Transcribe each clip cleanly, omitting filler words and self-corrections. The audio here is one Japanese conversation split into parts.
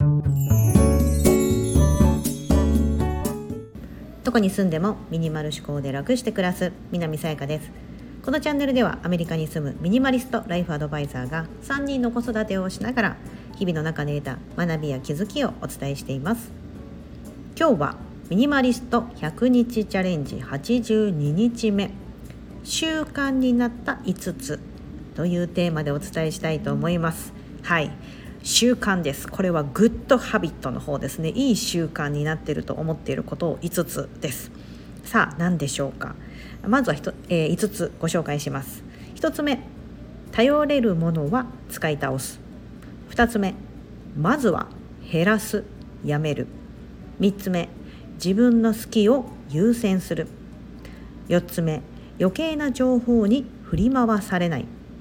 どこに住んでもミニマル思考で楽して暮らす南さやかです。このチャンネルではアメリカに住むミニマリストライフアドバイザーが3人の子育てをしながら日々の中で得た学びや気づきをお伝えしています。今日はミニマリスト100日チャレンジ82日目、習慣になった5つというテーマでお伝えしたいと思います。はい、習慣です。これはグッドハビットの方ですね。いい習慣になっていると思っていることを5つです。さあ何でしょうか。まずは5つご紹介します。1つ目、頼れるものは使い倒す。2つ目、まずは減らす、やめる。3つ目、自分の好きを優先する。4つ目、余計な情報に振り回されない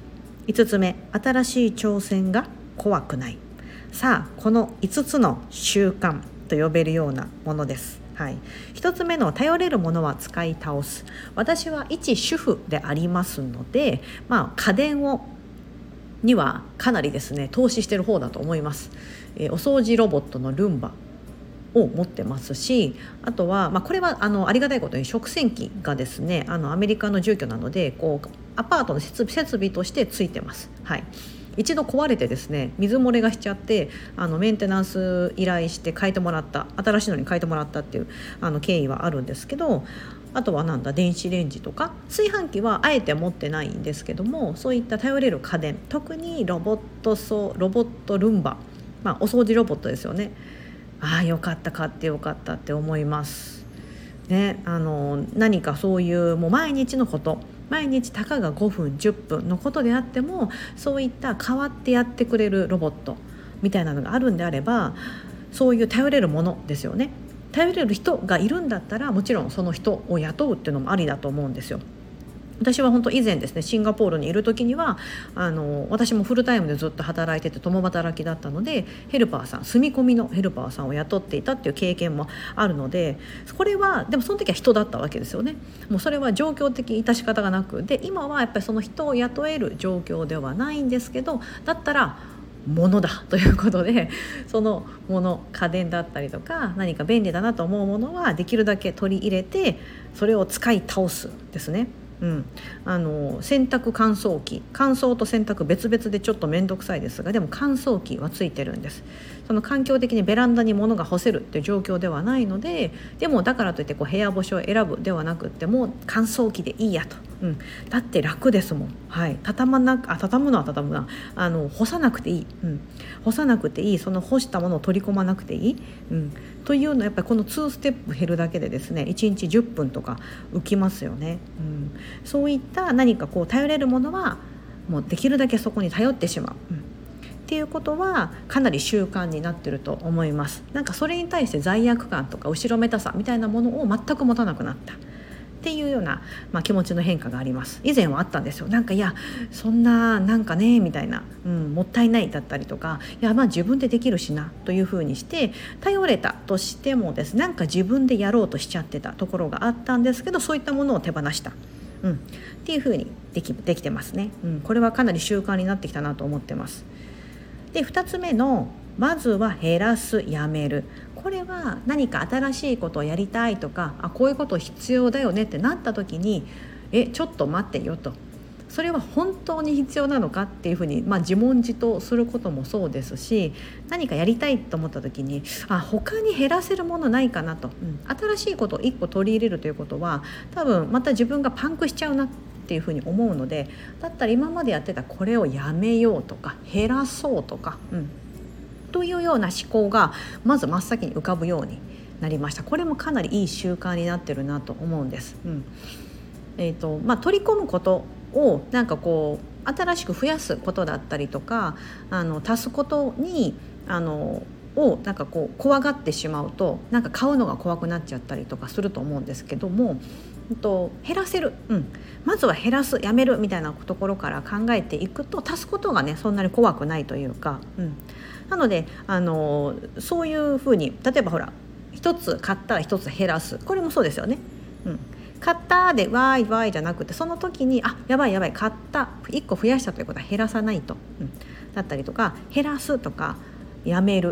。5つ目、新しい挑戦が怖くない。さあこの5つの習慣と呼べるようなものです。はい、1つ目の頼れるものは使い倒す。私は一主婦でありますので、家電にはかなりですね投資している方だと思います。お掃除ロボットのルンバを持ってますし、あとは、これはありがたいことに食洗機がですねアメリカの住居なのでアパートの設備としてついてます。はい、一度壊れてですね水漏れがしちゃってメンテナンス依頼して変えてもらった、新しいのに変えてもらったっていう経緯はあるんですけど、あとは電子レンジとか炊飯器はあえて持ってないんですけども、そういった頼れる家電、特にロボットルンバ、お掃除ロボットですよね。よかった、買ってよかったって思いますね。何かそういうもう毎日のこと、毎日たかが5分10分のことであっても、そういった変わってやってくれるロボットみたいなのがあるんであれば、そういう頼れるものですよね。頼れる人がいるんだったら、もちろんその人を雇うっていうのもありだと思うんですよ。私は本当以前ですね、シンガポールにいる時には私もフルタイムでずっと働いてて共働きだったので、ヘルパーさん、住み込みのヘルパーさんを雇っていたっていう経験もあるので、これはでもその時は人だったわけですよね。もうそれは状況的致し方がなく、で今はやっぱりその人を雇える状況ではないんですけど、だったら物だということで、そのもの、家電だったりとか何か便利だなと思うものはできるだけ取り入れて、それを使い倒すですね。洗濯乾燥機、乾燥と洗濯別々でちょっと面倒くさいですが、でも乾燥機はついてるんです。その環境的にベランダに物が干せるっていう状況ではないので、でもだからといって部屋干しを選ぶではなくって、もう乾燥機でいいやと、だって楽ですもん。はい、畳むのは畳むな、干さなくていい、干さなくていい、その干したものを取り込まなくていい、というのはやっぱりこの2ステップ減るだけでですね、1日10分とか浮きますよね。そういった何か頼れるものはもうできるだけそこに頼ってしまう、っていうことはかなり習慣になってると思います。それに対して罪悪感とか後ろめたさみたいなものを全く持たなくなったっていうような、気持ちの変化があります。以前はあったんですよ。いやそんなねみたいな、もったいないだったりとか、いや自分でできるしなというふうにして頼れたとしてもですね、自分でやろうとしちゃってたところがあったんですけど、そういったものを手放した、っていうふうにできてますね。これはかなり習慣になってきたなと思ってます。で2つ目のまずは減らす、やめる。これは何か新しいことをやりたいとか、こういうこと必要だよねってなった時に、ちょっと待ってよと、それは本当に必要なのかっていうふうに、自問自答することもそうですし、何かやりたいと思った時に他に減らせるものないかなと、新しいことを1個取り入れるということは多分また自分がパンクしちゃうなっていうふうに思うので、だったら今までやってたこれをやめようとか減らそうとか、というような思考がまず真っ先に浮かぶようになりました。これもかなりいい習慣になってるなと思うんです。取り込むことを新しく増やすことだったりとか、足すことにを怖がってしまうと買うのが怖くなっちゃったりとかすると思うんですけども、減らせる、まずは減らす、やめるみたいなところから考えていくと、足すことがねそんなに怖くないというか、なのでそういうふうに、例えば一つ買ったら一つ減らす、これもそうですよね。買ったでわーいわーいじゃなくて、その時にやばい買った1個増やしたということは減らさないと、だったりとか減らすとかやめる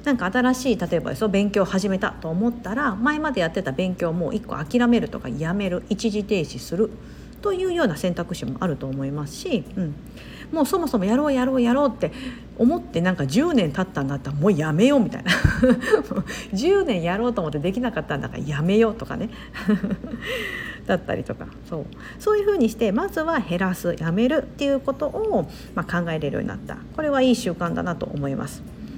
なんか新しい例えば勉強を始めたと思ったら前までやってた勉強をもう1個諦めるとかやめる、一時停止するというような選択肢もあると思いますし、もうそもそもやろうって思ってなんか10年経ったんだったらもうやめようみたいな10年やろうと思ってできなかったんだからやめようとかねだったりとか、そういうふうにしてまずは減らす、やめるっていうことを、考えれるようになった。これはいい習慣だなと思います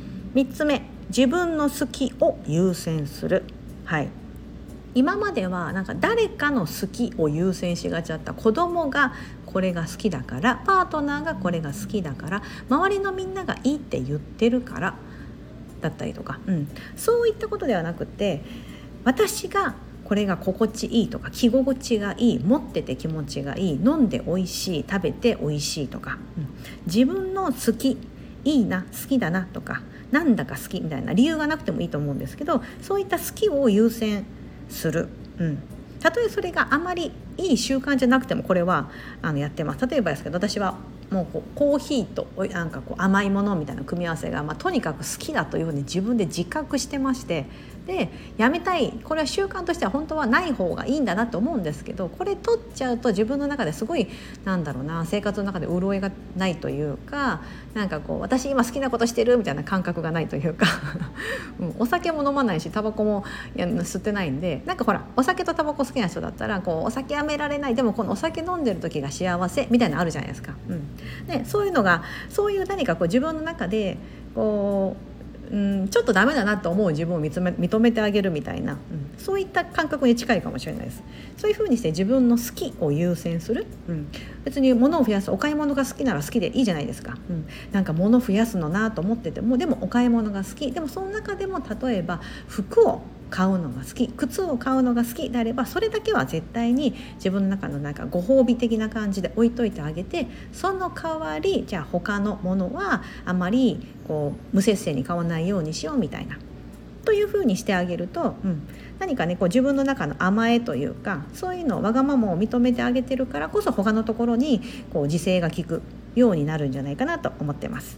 。3つ目、自分の好きを優先する。今まではなんか誰かの好きを優先しがちだった。子供がこれが好きだから、パートナーがこれが好きだから、周りのみんながいいって言ってるからだったりとか、そういったことではなくて、私がこれが心地いいとか、着心地がいい、持ってて気持ちがいい、飲んで美味しい、食べて美味しいとか、自分の好き、いいな、好きだなとか、なんだか好きみたいな理由がなくてもいいと思うんですけど、そういった好きを優先する。たとえそれがあまりいい習慣じゃなくてもこれはやってます。例えばですけど、私はもうコーヒーとなんか甘いものみたいな組み合わせが、とにかく好きだというふうに自分で自覚してまして、でやめたい、これは習慣としては本当はない方がいいんだなと思うんですけど、これ取っちゃうと自分の中ですごい生活の中で潤いがないというか、なんか私今好きなことしてるみたいな感覚がないというかお酒も飲まないしタバコも吸ってないんで、なんかほらお酒とタバコ好きな人だったらお酒やめられない、でもこのお酒飲んでる時が幸せみたいなのあるじゃないですか。でそういうのが、そういう何か自分の中でちょっとダメだなと思う自分を認めてあげるみたいな、そういった感覚に近いかもしれないです。そういうふうにして自分の好きを優先する、別に物を増やす、お買い物が好きなら好きでいいじゃないですか。なんか物増やすのなと思ってても、でもお買い物が好き、でもその中でも例えば服を買うのが好き、靴を買うのが好きであれば、それだけは絶対に自分の中のなんかご褒美的な感じで置いといてあげて、その代わりじゃあ他のものはあまり無節制に買わないようにしようみたいな、というふうにしてあげると、何かね自分の中の甘えというか、そういうのわがままを認めてあげてるからこそ他のところに自制が効くようになるんじゃないかなと思ってます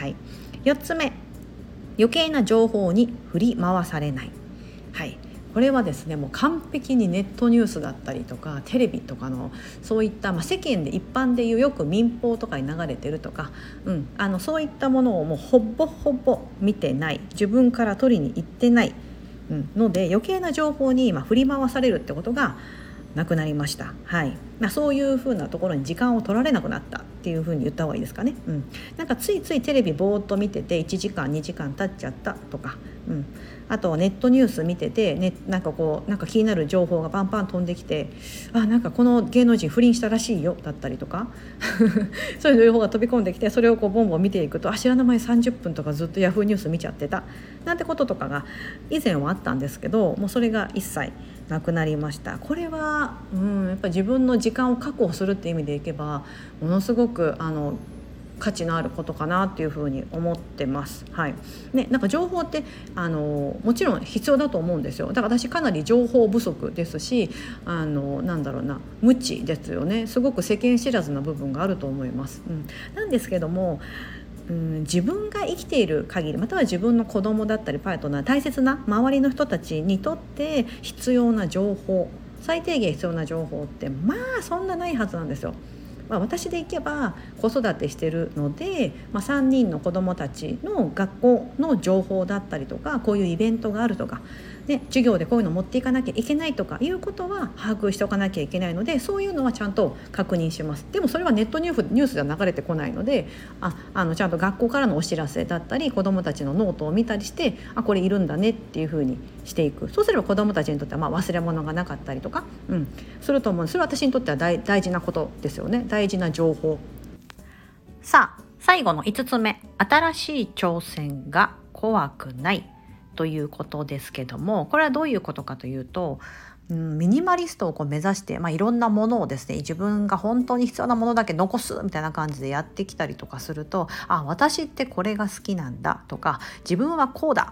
。4つ目、余計な情報に振り回されない。これはですね、もう完璧にネットニュースだったりとかテレビとかのそういった、世間で一般でいうよく民放とかに流れてるとか、そういったものをもうほぼ見てない、自分から取りに行ってない、ので余計な情報に今振り回されるってことがなくなりました。そういうふうなところに時間を取られなくなったっていうふうに言った方がいいですかね。なんかついついテレビぼーっと見てて1時間2時間経っちゃったとか、あとネットニュース見てて、なんか気になる情報がパンパン飛んできて、なんかこの芸能人不倫したらしいよだったりとかそういう情報が飛び込んできて、それをボンボン見ていくと、知らぬ間に30分とかずっとヤフーニュース見ちゃってたなんてこととかが以前はあったんですけど、もうそれが一切なくなりました。これは、やっぱり自分の時間を確保するっていう意味でいけばものすごく価値のあることかなっていうふうに思ってます。なんか情報ってもちろん必要だと思うんですよ。だから私かなり情報不足ですし、無知ですよね。すごく世間知らずな部分があると思います。なんですけども、自分が生きている限り、または自分の子供だったりパートナー、大切な周りの人たちにとって必要な情報、最低限必要な情報ってそんなないはずなんですよ。私でいけば子育てしてるので、3人の子どもたちの学校の情報だったりとか、こういうイベントがあるとか、授業でこういうの持っていかなきゃいけないとかいうことは把握しておかなきゃいけないので、そういうのはちゃんと確認します。でもそれはネットニュースでは流れてこないので、ちゃんと学校からのお知らせだったり子どもたちのノートを見たりして、これいるんだねっていうふうにしていく。そうすれば子どもたちにとっては忘れ物がなかったりとか、すると思うんです。それは私にとっては大事なことですよね。大事な情報。さあ最後の5つ目、新しい挑戦が怖くないということですけども、これはどういうことかというと、ミニマリストを目指して、いろんなものをですね、自分が本当に必要なものだけ残すみたいな感じでやってきたりとかすると、私ってこれが好きなんだとか、自分はこうだ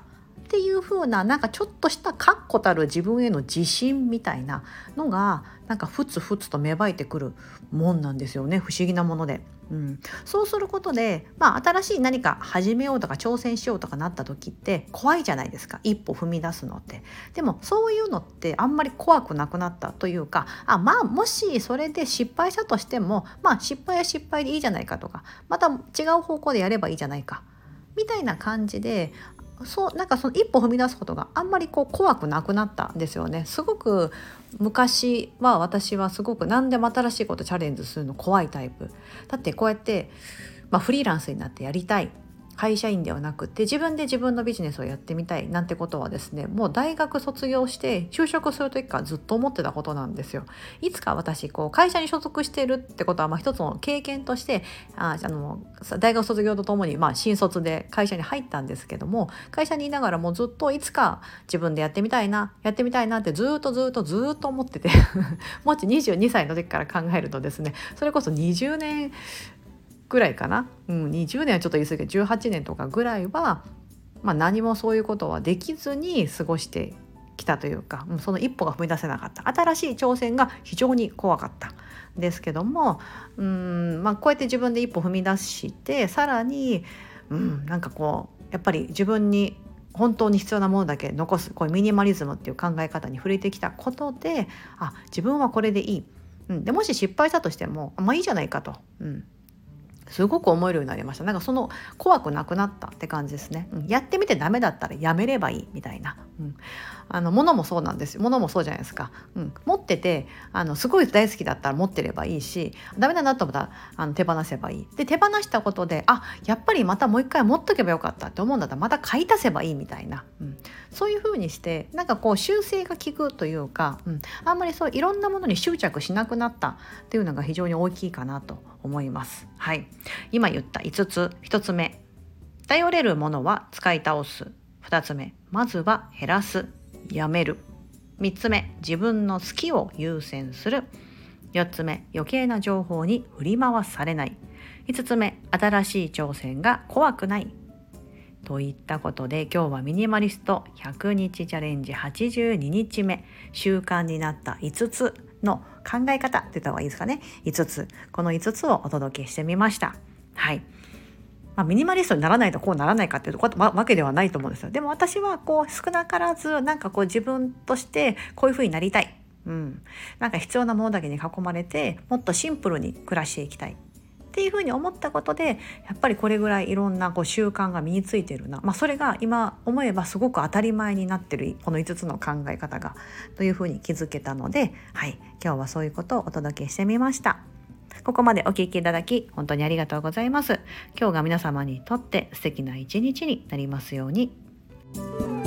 っていう風な、なんかちょっとした確固たる自分への自信みたいなのがなんかふつふつと芽生えてくるもんなんですよね。不思議なもので、そうすることで、新しい何か始めようとか挑戦しようとかなった時って怖いじゃないですか、一歩踏み出すのって。でもそういうのってあんまり怖くなくなったというか、もしそれで失敗したとしても、失敗は失敗でいいじゃないかとか、また違う方向でやればいいじゃないかみたいな感じで、なんかその一歩踏み出すことがあんまり怖くなくなったんですよね。すごく昔は私はすごく何でも新しいことチャレンジするの怖いタイプだって、こうやって、フリーランスになってやりたい、会社員ではなくて自分で自分のビジネスをやってみたいなんてことはですね、もう大学卒業して就職する時からずっと思ってたことなんですよ。いつか私会社に所属しているってことは一つの経験として大学卒業とともに新卒で会社に入ったんですけども、会社にいながらもうずっといつか自分でやってみたいなってずっと思っててもし22歳の時から考えるとですね、それこそ20年ぐらいかな、20年はちょっと言い過ぎて18年とかぐらいは、何もそういうことはできずに過ごしてきたというか、その一歩が踏み出せなかった、新しい挑戦が非常に怖かったんですけども、こうやって自分で一歩踏み出してさらに、なんかやっぱり自分に本当に必要なものだけ残す、こういうミニマリズムっていう考え方に触れてきたことで、自分はこれでいい、でもし失敗したとしてもいいじゃないかと、すごく思えるようになりました。なんかその怖くなくなったって感じですね。やってみてダメだったらやめればいいみたいな。物もそうなんですよ。物もそうじゃないですか。持っててすごい大好きだったら持ってればいいし、ダメだなと思ったら手放せばいい。で手放したことでやっぱりまたもう一回持っとけばよかったって思うんだったらまた買い足せばいいみたいな。そういう風にしてなんか修正が効くというか、あんまりそういろんなものに執着しなくなったっていうのが非常に大きいかなと思います。はい。今言った5つ、1つ目、頼れるものは使い倒す。2つ目、まずは減らす、やめる。3つ目、自分の好きを優先する。4つ目、余計な情報に振り回されない。5つ目、新しい挑戦が怖くない。といったことで、今日はミニマリスト100日チャレンジ82日目、習慣になった5つの考え方って言った方がいいですかね。この5つをお届けしてみました。はい。ミニマリストにならないとこうならないかっていうわけではないと思うんですよ。でも私は少なからずなんか自分としてこういう風になりたい。なんか必要なものだけに囲まれてもっとシンプルに暮らしていきたい。っていうふうに思ったことで、やっぱりこれぐらいいろんな習慣が身についているな、それが今思えばすごく当たり前になってるこの5つの考え方がというふうに気づけたので、今日はそういうことをお届けしてみました。ここまでお聞きいただき本当にありがとうございます。今日が皆様にとって素敵な一日になりますように。